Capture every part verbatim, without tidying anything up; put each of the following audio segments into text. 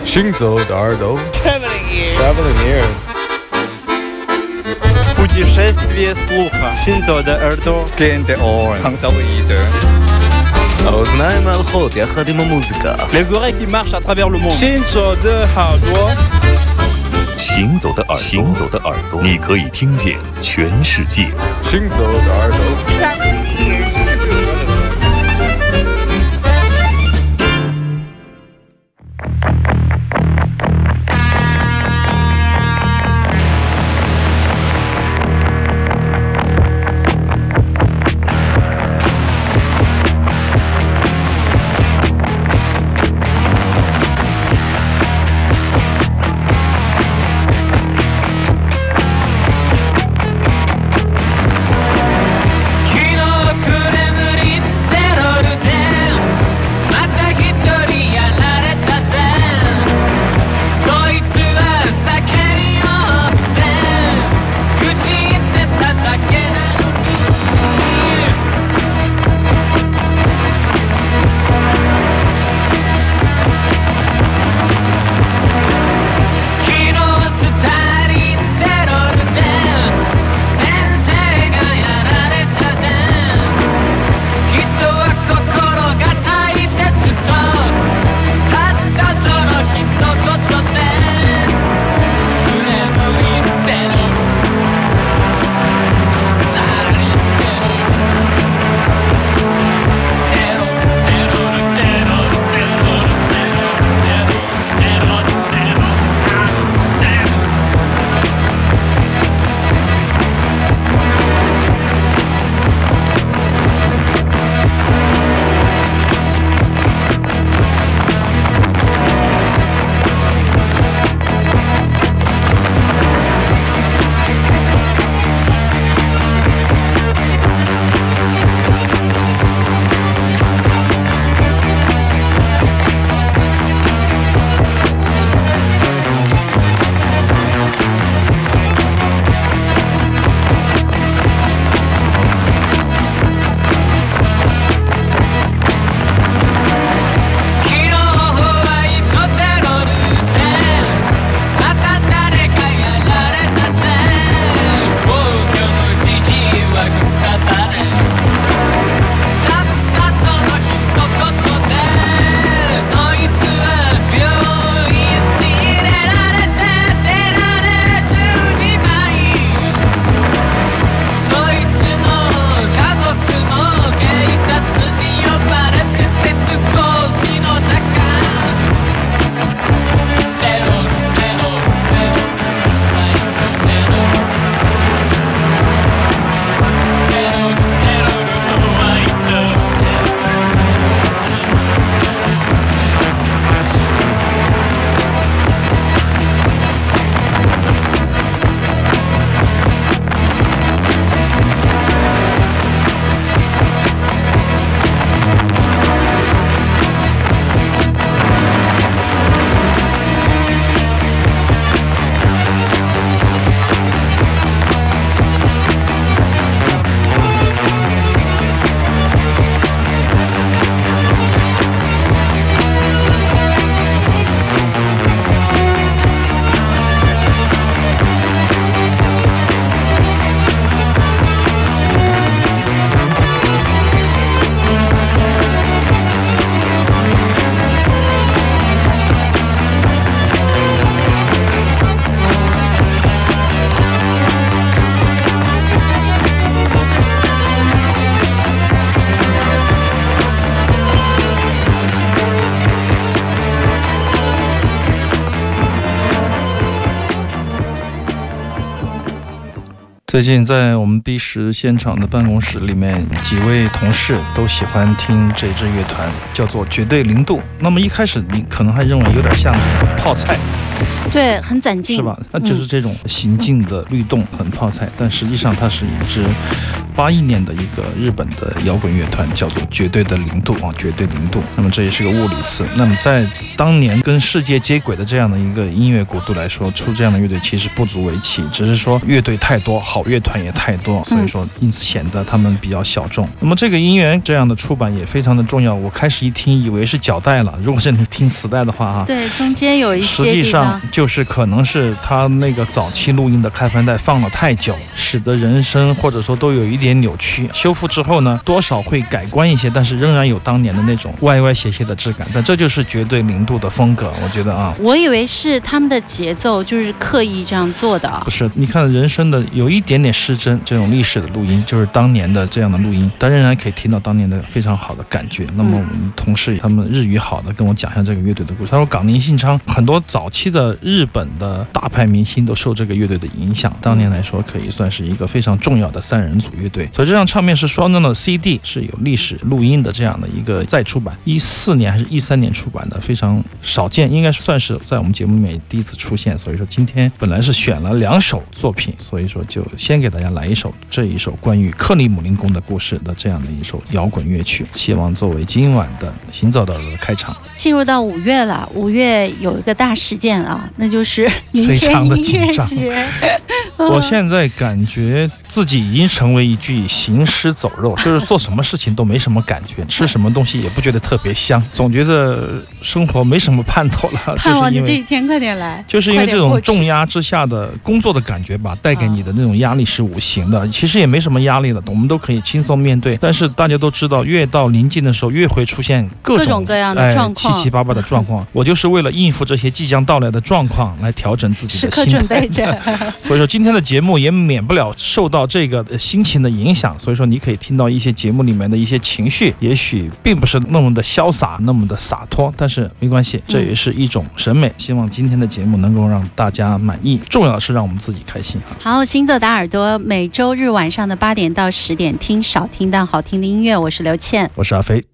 行走的耳朵 Traveling ears. Traveling ears Путешествие слуха. Синзо де Эрдо. Gente on. Hangzauide. האוזניים ההלכות יחד עם המוזיקה. Les oreilles qui marchent à travers le monde. Shinzo de Hardwa. 行走的耳朵，行走的耳朵，你可以听见全世界。 行走的耳朵 Traveling ears. 最近在我们 B 十现场的办公室里面，几位同事都喜欢听这支乐团，叫做绝对零度。那么一开始你可能还认为有点像泡菜， 对，很攒劲， 是吧？它就是这种行进的律动很泡菜，但实际上它是一支八一年的一个日本的摇滚乐团，叫做绝对的零度啊，绝对零度。那么这也是个物理词。那么在当年跟世界接轨的这样的一个音乐国度来说，出这样的乐队其实不足为奇，只是说乐队太多，好乐团也太多，所以说因此显得他们比较小众。那么这个音源这样的出版也非常的重要。我开始一听以为是脚带了，如果是你听磁带的话啊， 对，中间有一些实际上就是可能是他那个早期录音的开盘带放了太久，使得人声或者说都有一点扭曲。修复之后呢，多少会改观一些，但是仍然有当年的那种歪歪斜斜的质感。但这就是绝对零度的风格，我觉得啊。 我以为是他们的节奏就是刻意这样做的， 不是？你看人声的有一点点失真，这种历史的录音就是当年的这样的录音，但仍然可以听到当年的非常好的感觉。那么我们同事他们日语好的跟我讲一下这个乐队的故事。他说冈林信昌很多早期的日本的大牌明星都受这个乐队的影响，当年来说可以算是一个非常重要的三人组乐队。所以这张唱片是双张的 C D， 是有历史录音的这样的一个再出版，一四年还是一三年出版的，非常少见，应该算是在我们节目里面第一次出现。所以说今天本来是选了两首作品，所以说就先给大家来一首这一首关于克里姆林宫的故事的这样的一首摇滚乐曲，希望作为今晚的行走的耳朵的开场。 进入到五月了，五月有一个大事件啊，那就是明天音乐节。 我现在感觉自己已经成为一具行尸走肉，就是做什么事情都没什么感觉，吃什么东西也不觉得特别香，总觉得生活没什么盼头了。 盼望着这一天快点来， 就是因为这种重压之下的工作的感觉吧，带给你的那种压力是无形的。其实也没什么压力了，我们都可以轻松面对。但是大家都知道，越到临近的时候，越会出现各种各种各样的状况， 哎、七七八八的状况。我就是为了应付这些即将到来的状况，来调整自己的心态。 时刻准备着。 所以说今天的节目也免不了受到这个心情的影响。所以说你可以听到一些节目里面的一些情绪，也许并不是那么的潇洒，那么的洒脱，但是没关系，这也是一种审美。希望今天的节目能够让大家满意，重要的是让我们自己开心。 好，行走的耳朵，每周日晚上的八点到十点，听少听但好听的音乐。我是刘倩， 我是阿飞。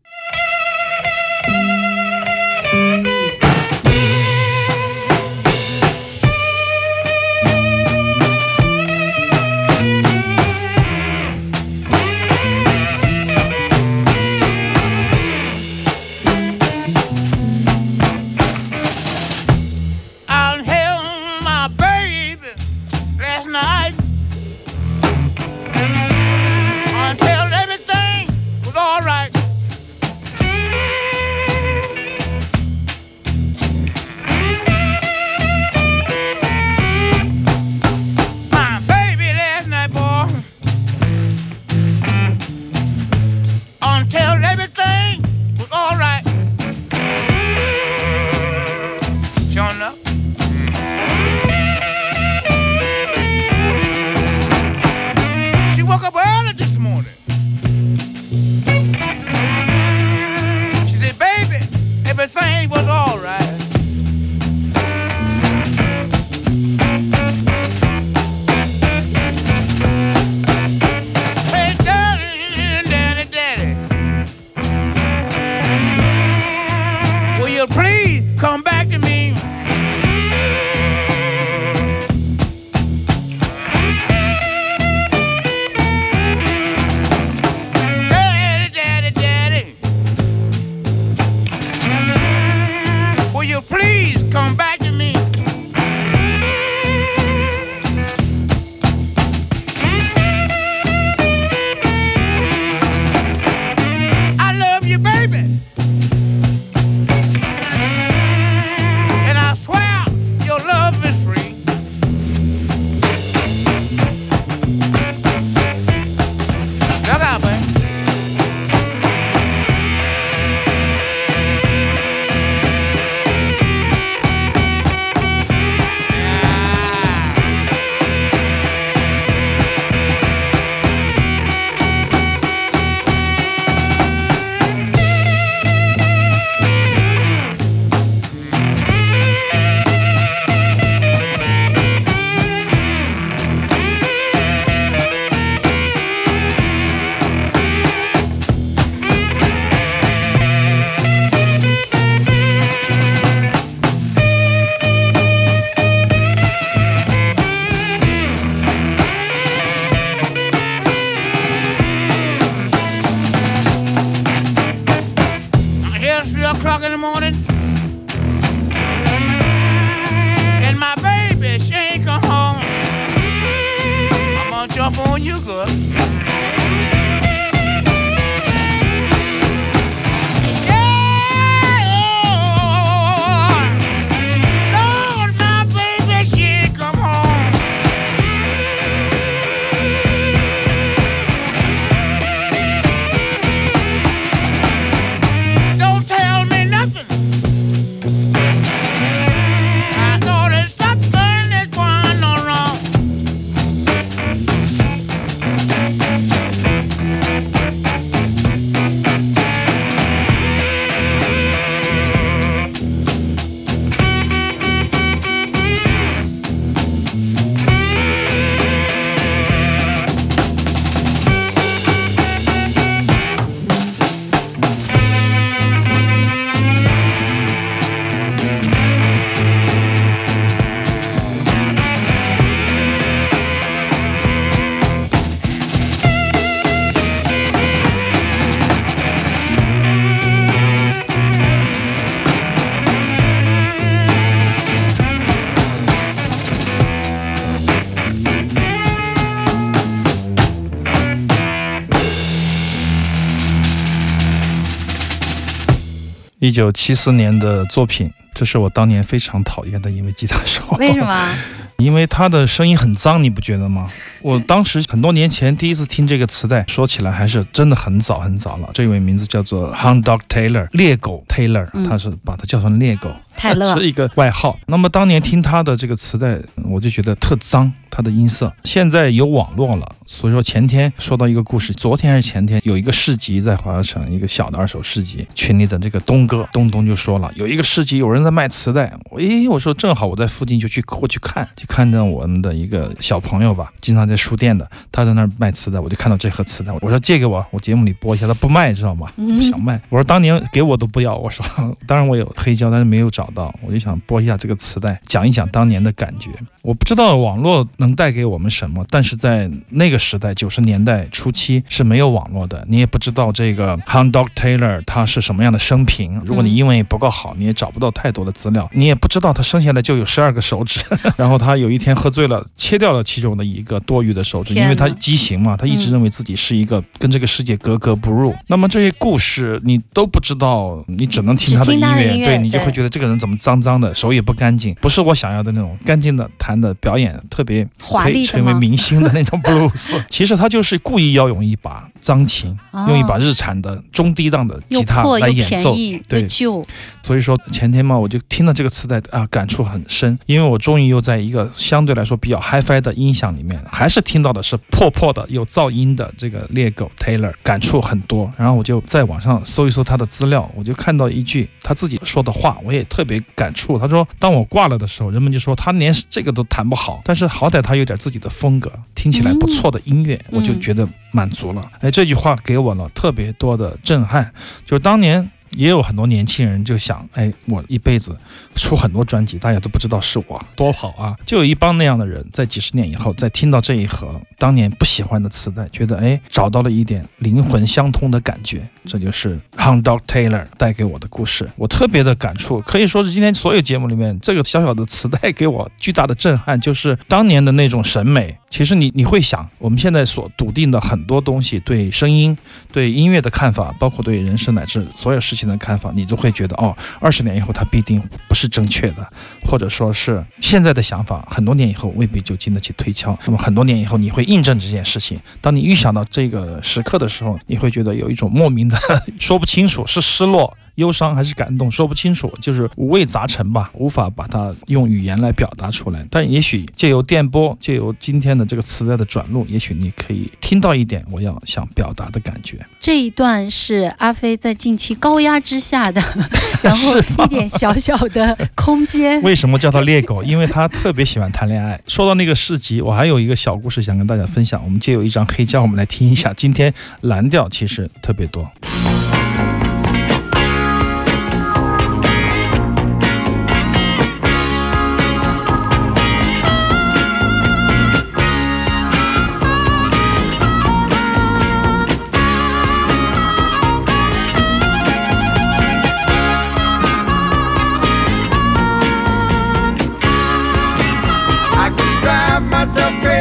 一九七四年的作品，这是我当年非常讨厌的一位吉他手。 为什么？ 因为他的声音很脏，你不觉得吗？我当时很多年前第一次听这个磁带，说起来还是真的很早很早了。这位名字叫做 Hound Dog Taylor， 猎狗 Taylor， 他是把他叫成猎狗， 泰勒是一个外号。那么当年听他的这个磁带，我就觉得特脏，他的音色。现在有网络了，所以说前天说到一个故事，昨天还是前天，有一个市集在华侨城，一个小的二手市集，群里的这个东哥东东就说了，有一个市集有人在卖磁带，诶，我说正好我在附近就去过去看，就看到我们的一个小朋友吧，经常在书店的，他在那儿卖磁带，我就看到这盒磁带，我说借给我，我节目里播一下，他不卖知道吗？不想卖。我说当年给我都不要，我说当然我有黑胶，但是没有找到，我就想播一下这个磁带，讲一讲当年的感觉。我不知道网络能带给我们什么，但是在那个时代九十年代初期是没有网络的，你也不知道这个 Hound Dog Taylor 他是什么样的生平，如果你英文也不够好，你也找不到太多的资料，你也不知道他生下来就有十二个手指然后他有一天喝醉了切掉了其中的一个多余的手指，因为他畸形嘛，他一直认为自己是一个跟这个世界格格不入、嗯、那么这些故事你都不知道，你只能听他的音乐， 音乐对，你就会觉得这个人怎么脏脏的，手也不干净，不是我想要的那种干净的弹的表演，特别华丽的成为明星的那种布鲁斯其实他就是故意要用一把脏琴、哦、用一把日产的中低档的吉他来演奏，对，所以说前天嘛我就听到这个磁带啊，感触很深，因为我终于又在一个相对来说比较 hi-fi 的音响里面，还是听到的是破破的有噪音的这个猎狗 Taylor， 感触很多。然后我就在网上搜一搜他的资料，我就看到一句他自己说的话，我也特别感触。他说当我挂了的时候，人们就说他连这个都弹不好，但是好歹他有点自己的风格，听起来不错的音乐、嗯、我就觉得满足了。哎，这句话给我了特别多的震撼，就是当年也有很多年轻人就想，哎，我一辈子出很多专辑，大家都不知道是我，多好啊！就有一帮那样的人，在几十年以后，再听到这一盒当年不喜欢的磁带，觉得哎，找到了一点灵魂相通的感觉。这就是 Hound Dog Taylor 带给我的故事，我特别的感触，可以说是今天所有节目里面这个小小的磁带给我巨大的震撼，就是当年的那种审美。其实你你会想，我们现在所笃定的很多东西，对声音、对音乐的看法，包括对人生乃至所有事情的看法，你都会觉得哦，二十年以后它必定不是正确的，或者说是现在的想法，很多年以后未必就经得起推敲。那么很多年以后，你会印证这件事情。当你预想到这个时刻的时候，你会觉得有一种莫名的说不清楚，是失落、忧伤还是感动，说不清楚，就是五味杂陈吧，无法把它用语言来表达出来。但也许借由电波，借由今天的这个磁带的转录，也许你可以听到一点我要想表达的感觉。 这一段是阿飞在近期高压之下的然后一点小小的空间为什么叫他猎狗？因为他特别喜欢谈恋爱。说到那个市集，我还有一个小故事想跟大家分享，我们借有一张黑胶，我们来听一下。今天蓝调其实特别多。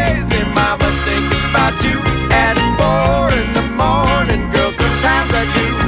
At four in the morning, girl, sometimes I do.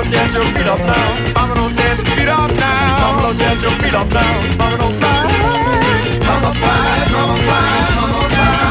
don't dance your feet up now. Mama, don't dance your feet up now. Mama, don't dance your feet up now. Mama, don't fly. Mama, fly, mama, fly, mama, fly.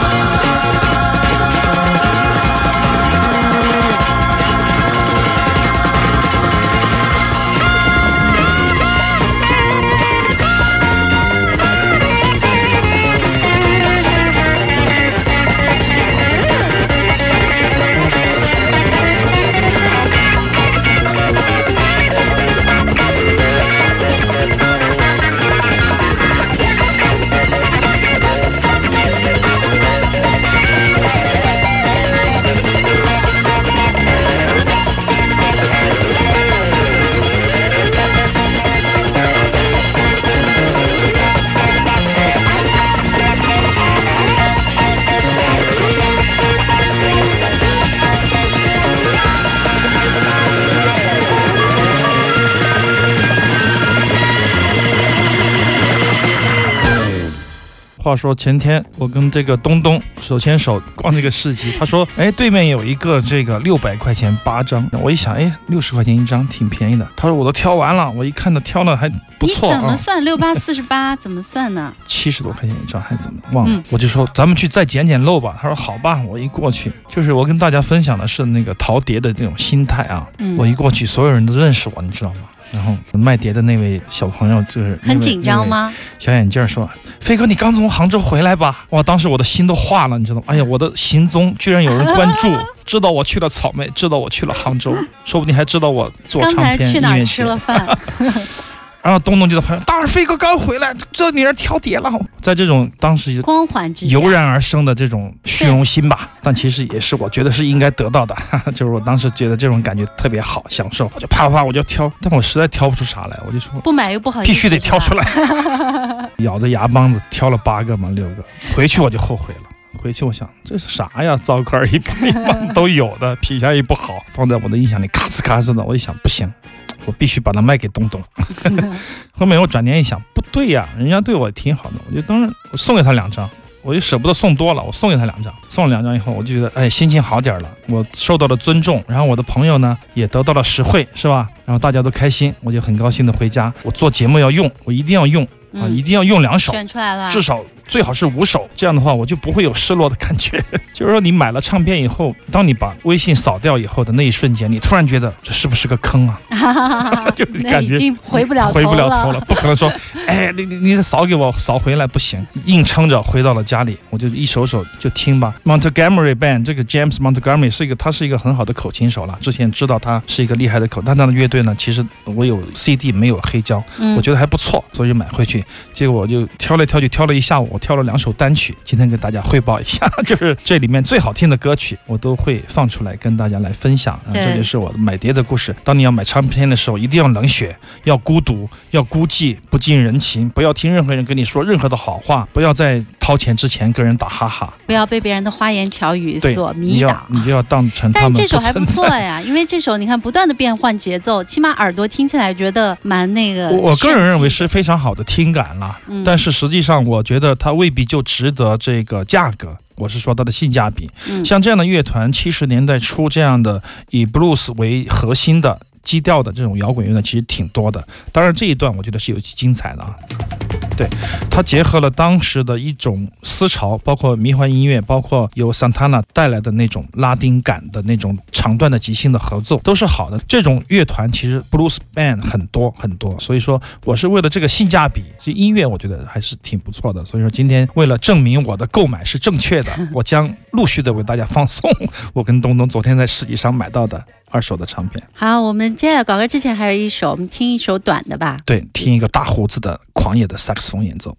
话说前天我跟这个东东手牵手逛这个市集，他说哎对面有一个这个六百块钱八张，我一想哎六十块钱一张挺便宜的，他说我都挑完了，我一看他挑了还不错。 你怎么算六八四十八怎么算呢？ 七十多块钱一张还怎么忘了、 嗯、 我就说咱们去再捡捡漏吧，他说好吧。我一过去，就是我跟大家分享的是那个淘碟的这种心态啊、嗯、我一过去所有人都认识我你知道吗，然后卖碟的那位小朋友就是很紧张吗？ 小眼镜说飞哥你刚从杭州回来吧？哇当时我的心都化了你知道吗？哎呀我的行踪居然有人关注知道我去了草莓，知道我去了杭州，说不定还知道我做唱片音乐节。 刚才去哪儿吃了饭然后东东就在旁边，大儿飞哥刚回来，这你是挑碟了。在这种当时光环之下油然而生的这种虚荣心吧，但其实也是我觉得是应该得到的，就是我当时觉得这种感觉特别好，享受，我就啪啪啪我就挑，但我实在挑不出啥来，我就说不买又不好意思， 必须得挑出来，咬着牙帮子挑了八个嘛六个，回去我就后悔了。回去我想这是啥呀，糟糕一帮都有的，品相也不好，放在我的音响里咔哧咔哧的，我一想不行，我必须把它卖给东东后面我转念一想不对呀，人家对我挺好的，我就当然我送给他两张，我就舍不得送多了，我送给他两张，送了两张以后我就觉得哎心情好点了，我受到了尊重，然后我的朋友呢也得到了实惠是吧，然后大家都开心，我就很高兴的回家，我做节目要用，我一定要用啊、嗯，一定要用两手， 选出来了， 至少最好是五手，这样的话我就不会有失落的感觉。就是说你买了唱片以后，当你把微信扫掉以后的那一瞬间，你突然觉得这是不是个坑啊？就是感觉已经回不了头了， 回不了头了，不可能说，哎，你你你扫给我扫回来不行，硬撑着回到了家里，我就一首首就听吧。Montgomery Band 这个 James Montgomery 是一个他是一个很好的口琴手了，之前知道他是一个厉害的口，但他的乐队呢，其实我有 C D 没有黑胶，嗯、我觉得还不错，所以就买回去。结果我就挑来挑去，挑了一下午，我挑了两首单曲，今天给大家汇报一下，就是这里面最好听的歌曲，我都会放出来跟大家来分享。啊、这就是我买碟的故事。当你要买唱片的时候，一定要冷血，要孤独，要孤寂，不近人情，不要听任何人跟你说任何的好话，不要在掏钱之前跟人打哈哈， 不要被别人的花言巧语所迷倒， 你就要当成他们不存在。 但这首还不错呀，因为这首你看不断的变换节奏，起码耳朵听起来觉得蛮那个。 我我个人认为是非常好的听感了。嗯、但是实际上我觉得它未必就值得这个价格，我是说它的性价比、嗯、像这样的乐团七十年代初这样的以 blues 为核心的基调的这种摇滚乐呢其实挺多的，当然这一段我觉得是有精彩的啊。对，它结合了当时的一种思潮，包括迷幻音乐，包括由 Santana 带来的那种拉丁感的那种长段的即兴的合奏，都是好的。这种乐团其实 blues band 很多很多，所以说我是为了这个性价比，这音乐我觉得还是挺不错的。所以说今天为了证明我的购买是正确的，我将陆续的为大家放送我跟东东昨天在市集上买到的二手的唱片。 好，我们接下来广告之前还有一首，我们听一首短的吧。 对，听一个大胡子的狂野的萨克斯风演奏。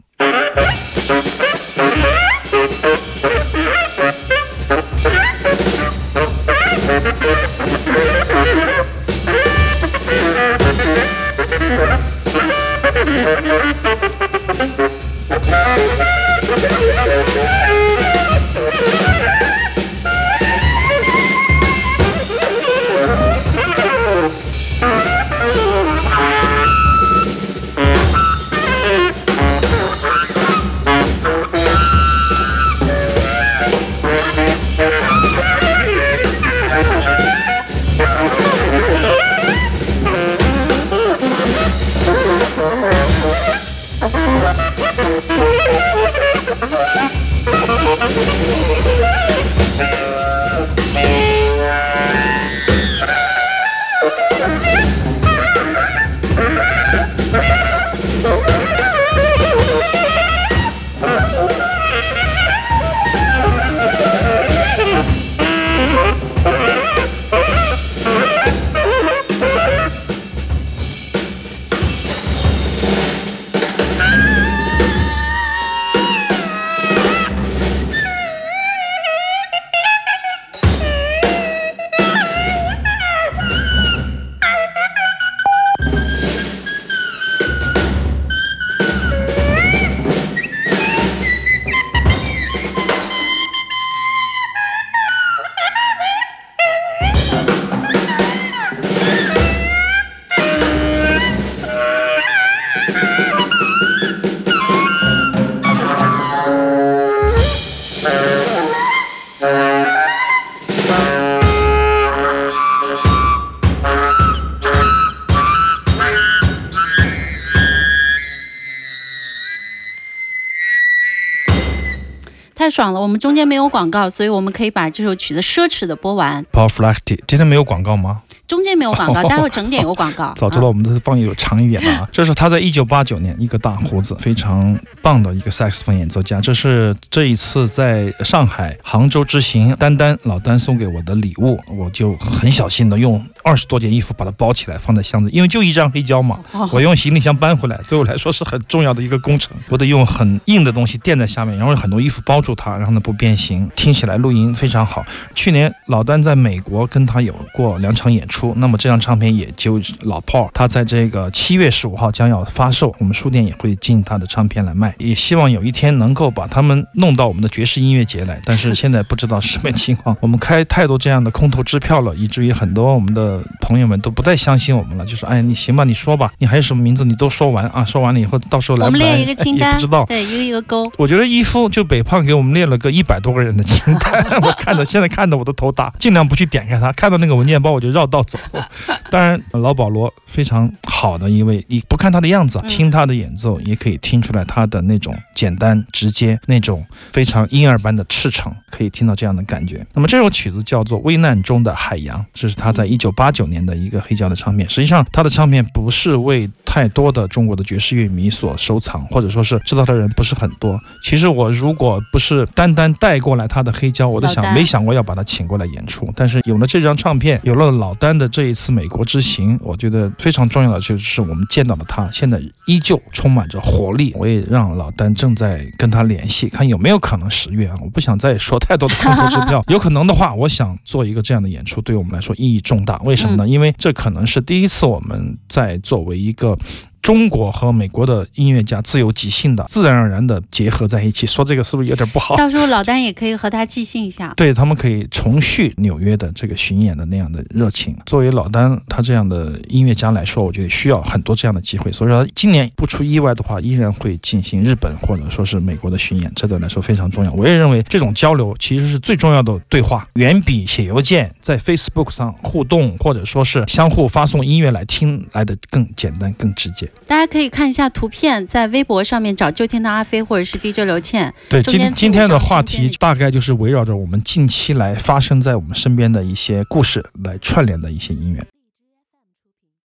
太爽了，我们中间没有广告，所以我们可以把这首曲子奢侈的播完。 Paul Flaherty 今天没有广告吗？ 中间没有广告，待会整点有广告。 早知道我们的放有长一点的啊！这是他在一九八九年，一个大胡子，非常棒的一个萨克斯风演奏家。这是这一次在上海杭州之行，丹丹老丹送给我的礼物，我就很小心的用二十多件衣服把它包起来，放在箱子，因为就一张黑胶嘛，我用行李箱搬回来，对我来说是很重要的一个工程。我得用很硬的东西垫在下面，然后很多衣服包住它，让它不变形。听起来录音非常好。去年老丹在美国跟他有过两场演出。那么这张唱片也就老炮，他在这个七月十五号将要发售，我们书店也会进他的唱片来卖，也希望有一天能够把他们弄到我们的爵士音乐节来，但是现在不知道什么情况。我们开太多这样的空头支票了，以至于很多我们的朋友们都不再相信我们了，就说哎，你行吧，你说吧，你还有什么名字你都说完啊，说完了以后到时候来不来我们列一个清单， 也不知道， 对，一个一个勾。我觉得一夫就北胖给我们列了个一百多个人的清单，我看着现在看着我的头大，尽量不去点开它，看到那个文件包我就绕道走。当然老保罗非常好的一位，你不看他的样子，听他的演奏也可以听出来他的那种简单直接，那种非常婴儿般的赤诚，可以听到这样的感觉。那么这首曲子叫做《危难中的海洋》，这是他在一九八九年的一个黑胶的唱片。实际上他的唱片不是为太多的中国的爵士乐迷所收藏，或者说是知道的人不是很多。其实我如果不是单单带过来他的黑胶，我都想没想过要把他请过来演出。但是有了这张唱片，有了老丹的这一次美国之行，我觉得非常重要的就是我们见到了他现在依旧充满着活力。我也让老丹正在跟他联系，看有没有可能十月啊，我不想再说太多的空头支票。有可能的话，我想做一个这样的演出，对我们来说意义重大。为什么呢？嗯、因为这可能是第一次我们在作为一个中国和美国的音乐家自由即兴的自然而然的结合在一起，说这个是不是有点不好？ 到时候老丹也可以和他即兴一下， 对，他们可以重续纽约的这个巡演的那样的热情。作为老丹他这样的音乐家来说，我觉得需要很多这样的机会，所以说今年不出意外的话，依然会进行日本或者说是美国的巡演，这对来说非常重要。我也认为这种交流其实是最重要的对话，远比写邮件在 Facebook 上互动或者说是相互发送音乐来听来的更简单更直接。 大家可以看一下图片，在微博上面找就听到阿飞或者是 D J 刘倩。 对，今今天的话题大概就是围绕着我们近期来发生在我们身边的一些故事来串联的一些音乐。